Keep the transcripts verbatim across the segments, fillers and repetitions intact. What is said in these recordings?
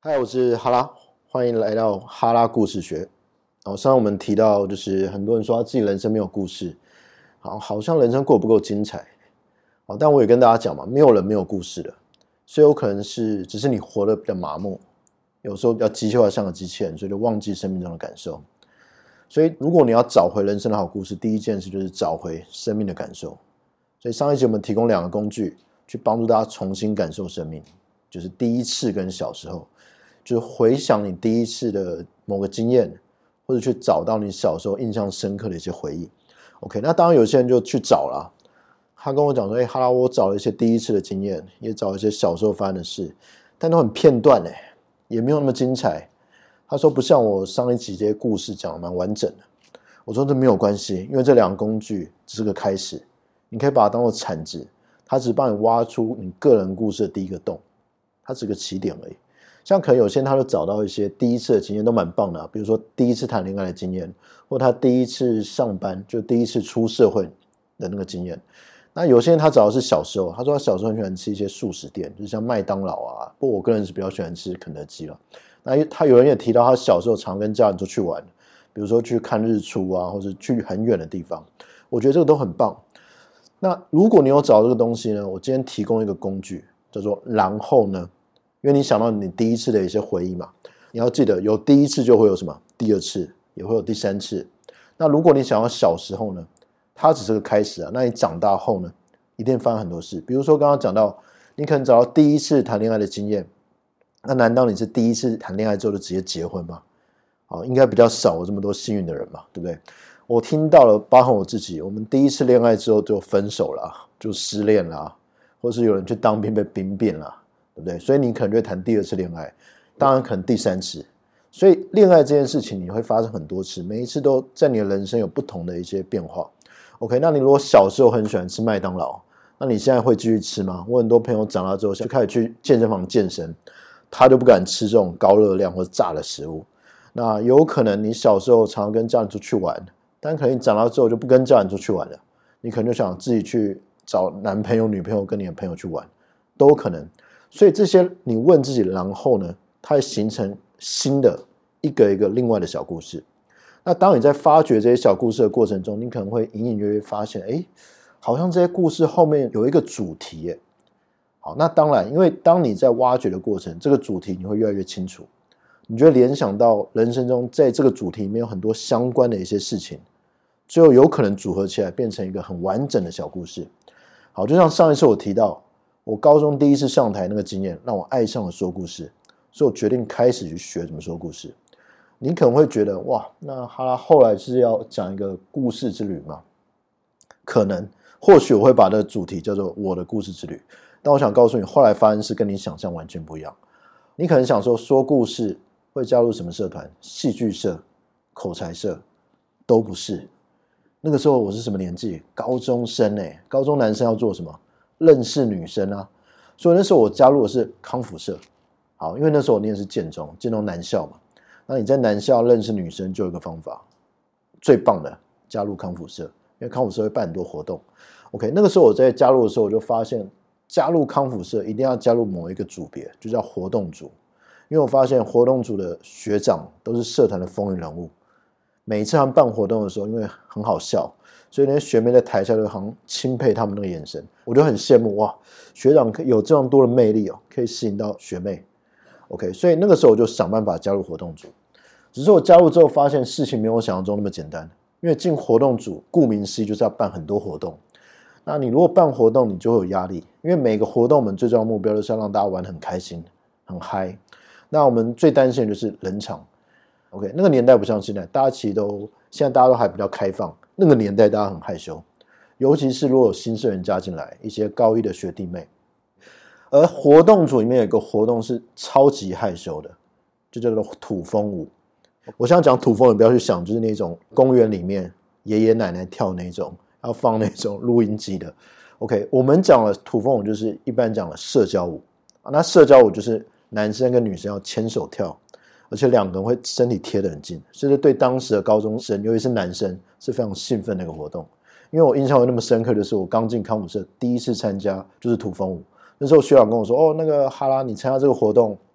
嗨，我是哈拉，欢迎来到哈拉故事学。好，上次我们提到，就是很多人说他自己人生没有故事，好，好像人生过得不够精彩。好，但我也跟大家讲嘛，没有人没有故事的，所以有可能是只是你活得比较麻木，有时候比较机械化，像个机器人，所以就忘记生命中的感受。所以，如果你要找回人生的好故事，第一件事就是找回生命的感受。所以上一集我们提供两个工具，去帮助大家重新感受生命，就是第一次跟小时候。就是回想你第一次的某个经验，或者去找到你小时候印象深刻的一些回忆。OK， 那当然有些人就去找了，他跟我讲说：“哎、欸，哈拉，我找了一些第一次的经验，也找了一些小时候发生的事，但都很片段哎，也没有那么精彩。”他说不像我上一集这些故事讲的蛮完整的。我说这没有关系，因为这两个工具只是个开始，你可以把它当做铲子，它只帮你挖出你个人故事的第一个洞，它只是个起点而已。像可能有些人他就找到一些第一次的经验都蛮棒的、啊、比如说第一次谈恋爱的经验，或他第一次上班，就第一次出社会的那个经验。那有些人他找的是小时候，他说他小时候很喜欢吃一些速食店，就是像麦当劳啊，不过我个人是比较喜欢吃肯德基了。那他有人也提到他小时候常跟家人出去玩，比如说去看日出啊，或者去很远的地方，我觉得这个都很棒。那如果你有找到这个东西呢，我今天提供一个工具叫做然后呢，因为你想到你第一次的一些回忆嘛，你要记得有第一次就会有什么第二次，也会有第三次。那如果你想要小时候呢，它只是个开始啊，那你长大后呢，一定发生很多事。比如说刚刚讲到，你可能找到第一次谈恋爱的经验，那难道你是第一次谈恋爱之后就直接结婚吗？好，应该比较少有这么多幸运的人嘛，对不对？我听到了，包含我自己，我们第一次恋爱之后就分手了，就失恋了，或是有人去当兵被兵变了。对不对？所以你可能就会谈第二次恋爱，当然可能第三次。所以恋爱这件事情你会发生很多次，每一次都在你的人生有不同的一些变化。OK， 那你如果小时候很喜欢吃麦当劳，那你现在会继续吃吗？我很多朋友长大之后就开始去健身房健身，他就不敢吃这种高热量或者炸的食物。那有可能你小时候常常跟家人出去玩，但可能你长大之后就不跟家人出去玩了，你可能就想自己去找男朋友女朋友跟你的朋友去玩，都有可能。所以这些你问自己然后呢，它会形成新的一个一个另外的小故事。那当你在发掘这些小故事的过程中，你可能会隐隐约约发现，哎，好像这些故事后面有一个主题耶。好，那当然因为当你在挖掘的过程，这个主题你会越来越清楚，你就会联想到人生中在这个主题里面有很多相关的一些事情，最后有可能组合起来变成一个很完整的小故事。好，就像上一次我提到我高中第一次上台那个经验让我爱上了说故事，所以我决定开始去学怎么说故事。你可能会觉得哇，那哈拉后来是要讲一个故事之旅吗？可能，或许我会把这个主题叫做我的故事之旅，但我想告诉你后来发生是跟你想象完全不一样。你可能想说说故事会加入什么社团，戏剧社、口才社，都不是。那个时候我是什么年纪？高中生耶，高中男生要做什么？认识女生啊，所以那时候我加入的是康复社。好，因为那时候我念的是建中，建中男校嘛。那你在男校认识女生就有一个方法，最棒的加入康复社，因为康复社会办很多活动。OK， 那个时候我在加入的时候，我就发现加入康复社一定要加入某一个组别，就叫活动组。因为我发现活动组的学长都是社团的风云人物，每一次他们办活动的时候，因为很好笑，所以那些学妹在台下就好像钦佩他们那个眼神，我就很羡慕哇，学长有这样多的魅力哦，可以吸引到学妹。OK， 所以那个时候我就想办法加入活动组。只是我加入之后发现事情没有我想象中那么简单，因为进活动组顾名思义就是要办很多活动。那你如果办活动，你就会有压力，因为每个活动我们最重要的目标就是要让大家玩得很开心、很嗨。那我们最担心的就是冷场。OK， 那个年代不像现在，大家其实都现在大家都还比较开放，那个年代大家很害羞，尤其是如果有新社员加进来，一些高一的学弟妹。而活动组里面有一个活动是超级害羞的，就叫做土风舞。我想讲土风舞，不要去想就是那种公园里面爷爷奶奶跳那种，要放那种录音机的。OK， 我们讲了土风舞就是一般讲了社交舞，那社交舞就是男生跟女生要牵手跳，而且两个人会身体贴得很近，所以对当时的高中生，尤其是男生是非常兴奋的一个活动。因为我印象有那么深刻的是，我刚进康复社第一次参加就是土风舞，那时候学长跟我说：“哦，那个哈拉，你参加这个活动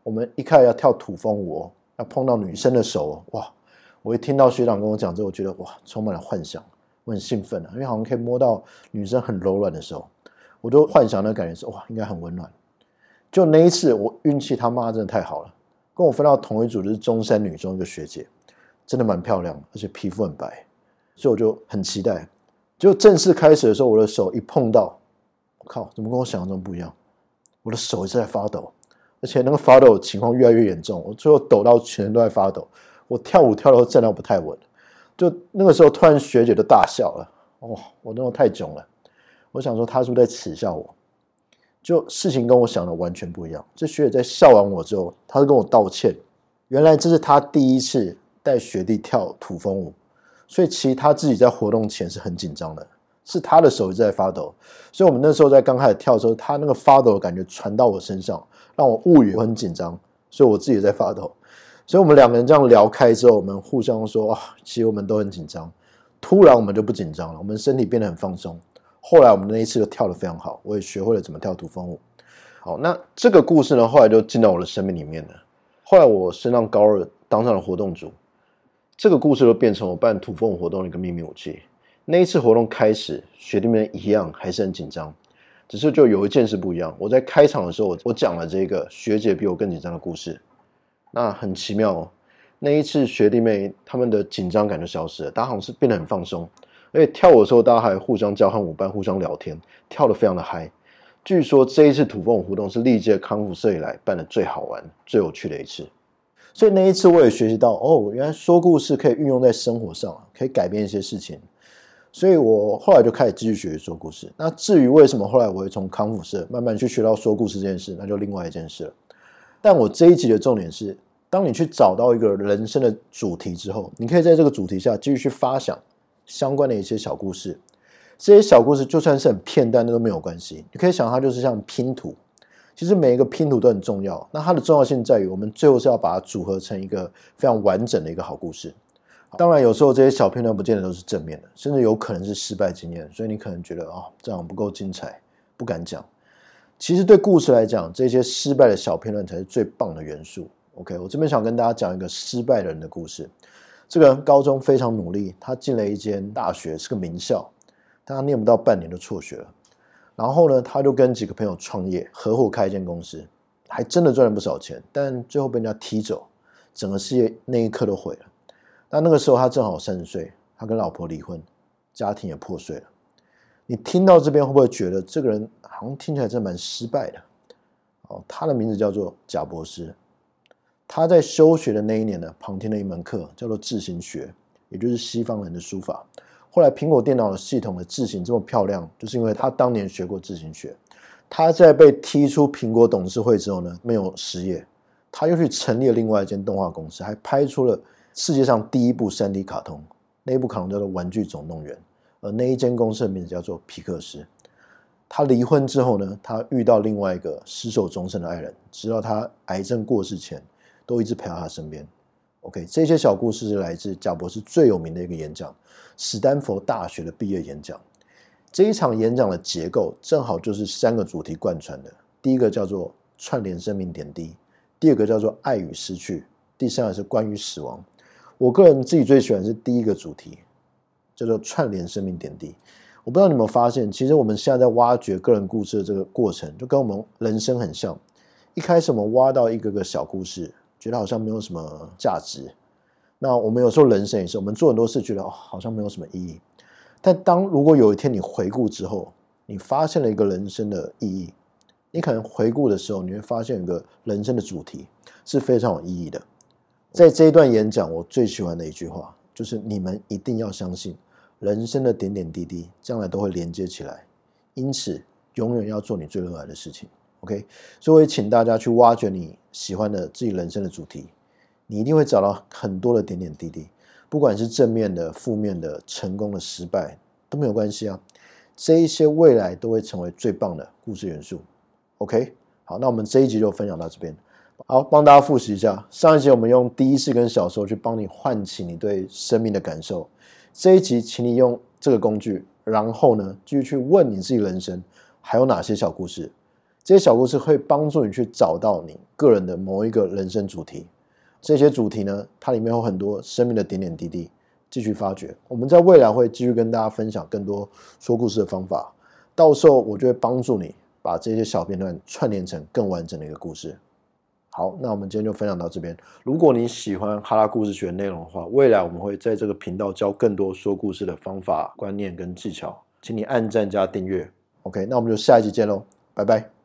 我们一开始要跳土风舞哦，要碰到女生的手哦，哇！我一听到学长跟我讲这，我觉得哇，充满了幻想，我很兴奋啊，因为好像可以摸到女生很柔软的手，我就幻想那感觉是哇，应该很温暖。就那一次，我运气他妈真的太好了，跟我分到同一组就是中山女中一个学姐，真的蛮漂亮，而且皮肤很白，所以我就很期待。就正式开始的时候，我的手一碰到，我靠，怎么跟我想象中不一样？我的手一直在发抖，而且那个发抖的情况越来越严重，我最后抖到全身都在发抖。我跳舞跳到站到不太稳，就那个时候突然学姐就大笑了，哦，我那种太囧了。我想说她是不是在耻笑我？就事情跟我想的完全不一样。这学姐在笑完我之后，她就跟我道歉，原来这是她第一次带学弟跳土风舞，所以其实她自己在活动前是很紧张的，是她的手一直在发抖。所以我们那时候在刚开始跳的时候，她那个发抖的感觉传到我身上，让我误以为很紧张，所以我自己也在发抖。所以我们两个人这样聊开之后，我们互相说啊，其实我们都很紧张。突然我们就不紧张了，我们身体变得很放松。后来我们那一次就跳得非常好，我也学会了怎么跳土风舞。好，那这个故事呢，后来就进到我的生命里面了。后来我升上高二，当上了活动组，这个故事就变成我办土风舞活动的一个秘密武器。那一次活动开始，学弟们一样还是很紧张，只是就有一件事不一样。我在开场的时候，我讲了这个学姐比我更紧张的故事。那很奇妙哦，那一次学弟妹他们的紧张感就消失了，大家好像是变得很放松，而且跳舞的时候大家还互相交换舞伴，互相聊天，跳得非常的嗨。据说这一次土风舞活动是历届康复社以来办的最好玩、最有趣的一次。所以那一次我也学习到，哦，原来说故事可以运用在生活上，可以改变一些事情。所以我后来就开始继续学习说故事。那至于为什么后来我会从康复社慢慢去学到说故事这件事，那就另外一件事了。但我这一集的重点是，当你去找到一个人生的主题之后，你可以在这个主题下继续去发想相关的一些小故事。这些小故事就算是很片段的都没有关系，你可以想它就是像拼图，其实每一个拼图都很重要。那它的重要性在于，我们最后是要把它组合成一个非常完整的一个好故事。当然有时候这些小片段不见得都是正面的，甚至有可能是失败经验，所以你可能觉得哦，这样不够精彩，不敢讲。其实对故事来讲，这些失败的小片段才是最棒的元素。 OK， 我这边想跟大家讲一个失败的人的故事。这个人高中非常努力，他进了一间大学，是个名校，但他念不到半年就辍学了。然后呢，他就跟几个朋友创业，合伙开一间公司，还真的赚了不少钱，但最后被人家踢走，整个事业那一刻都毁了。但那个时候他正好三十岁，他跟老婆离婚，家庭也破碎了。你听到这边会不会觉得这个人好像听起来真的蛮失败的？哦，他的名字叫做贾博士。他在休学的那一年呢，旁听了一门课叫做字形学，也就是西方人的书法。后来苹果电脑的系统的字形这么漂亮，就是因为他当年学过字形学。他在被踢出苹果董事会之后呢，没有失业，他又去成立了另外一间动画公司，还拍出了世界上第一部 三 D 卡通，那一部卡通叫做《玩具总动员》，而那一间公司的名字叫做皮克斯。他离婚之后呢，他遇到另外一个厮守终身的爱人，直到他癌症过世前都一直陪到他身边。 OK， 这些小故事是来自贾博士最有名的一个演讲，史丹佛大学的毕业演讲。这一场演讲的结构正好就是三个主题贯穿的，第一个叫做串联生命点滴，第二个叫做爱与失去，第三个是关于死亡。我个人自己最喜欢的是第一个主题，叫做串联生命点滴。我不知道你有没有发现，其实我们现在在挖掘个人故事的这个过程就跟我们人生很像。一开始我们挖到一个个小故事，觉得好像没有什么价值，那我们有时候人生也是，我们做很多事觉得、哦、好像没有什么意义。但当如果有一天你回顾之后，你发现了一个人生的意义，你可能回顾的时候你会发现一个人生的主题是非常有意义的。在这一段演讲我最喜欢的一句话就是你们一定要相信人生的点点滴滴将来都会连接起来，因此永远要做你最热爱的事情。 OK， 所以我也请大家去挖掘你喜欢的自己人生的主题，你一定会找到很多的点点滴滴，不管是正面的、负面的、成功的、失败都没有关系啊，这一些未来都会成为最棒的故事元素。 OK， 好，那我们这一集就分享到这边。好，帮大家复习一下，上一集我们用第一次跟小说去帮你唤起你对生命的感受，这一集请你用这个工具，然后呢继续去问你自己人生还有哪些小故事， 这些小故事会帮助你去找到你个人的某一个人生主题。这些主题呢，它里面有很多生命的点点滴滴，继续发掘。我们在未来会继续跟大家分享更多说故事的方法，到时候我就会帮助你把这些小片段串联成更完整的一个故事。好，那我们今天就分享到这边。如果你喜欢哈拉故事学内容的话，未来我们会在这个频道教更多说故事的方法、观念跟技巧，请你按赞加订阅。OK， 那我们就下一集见咯，拜拜。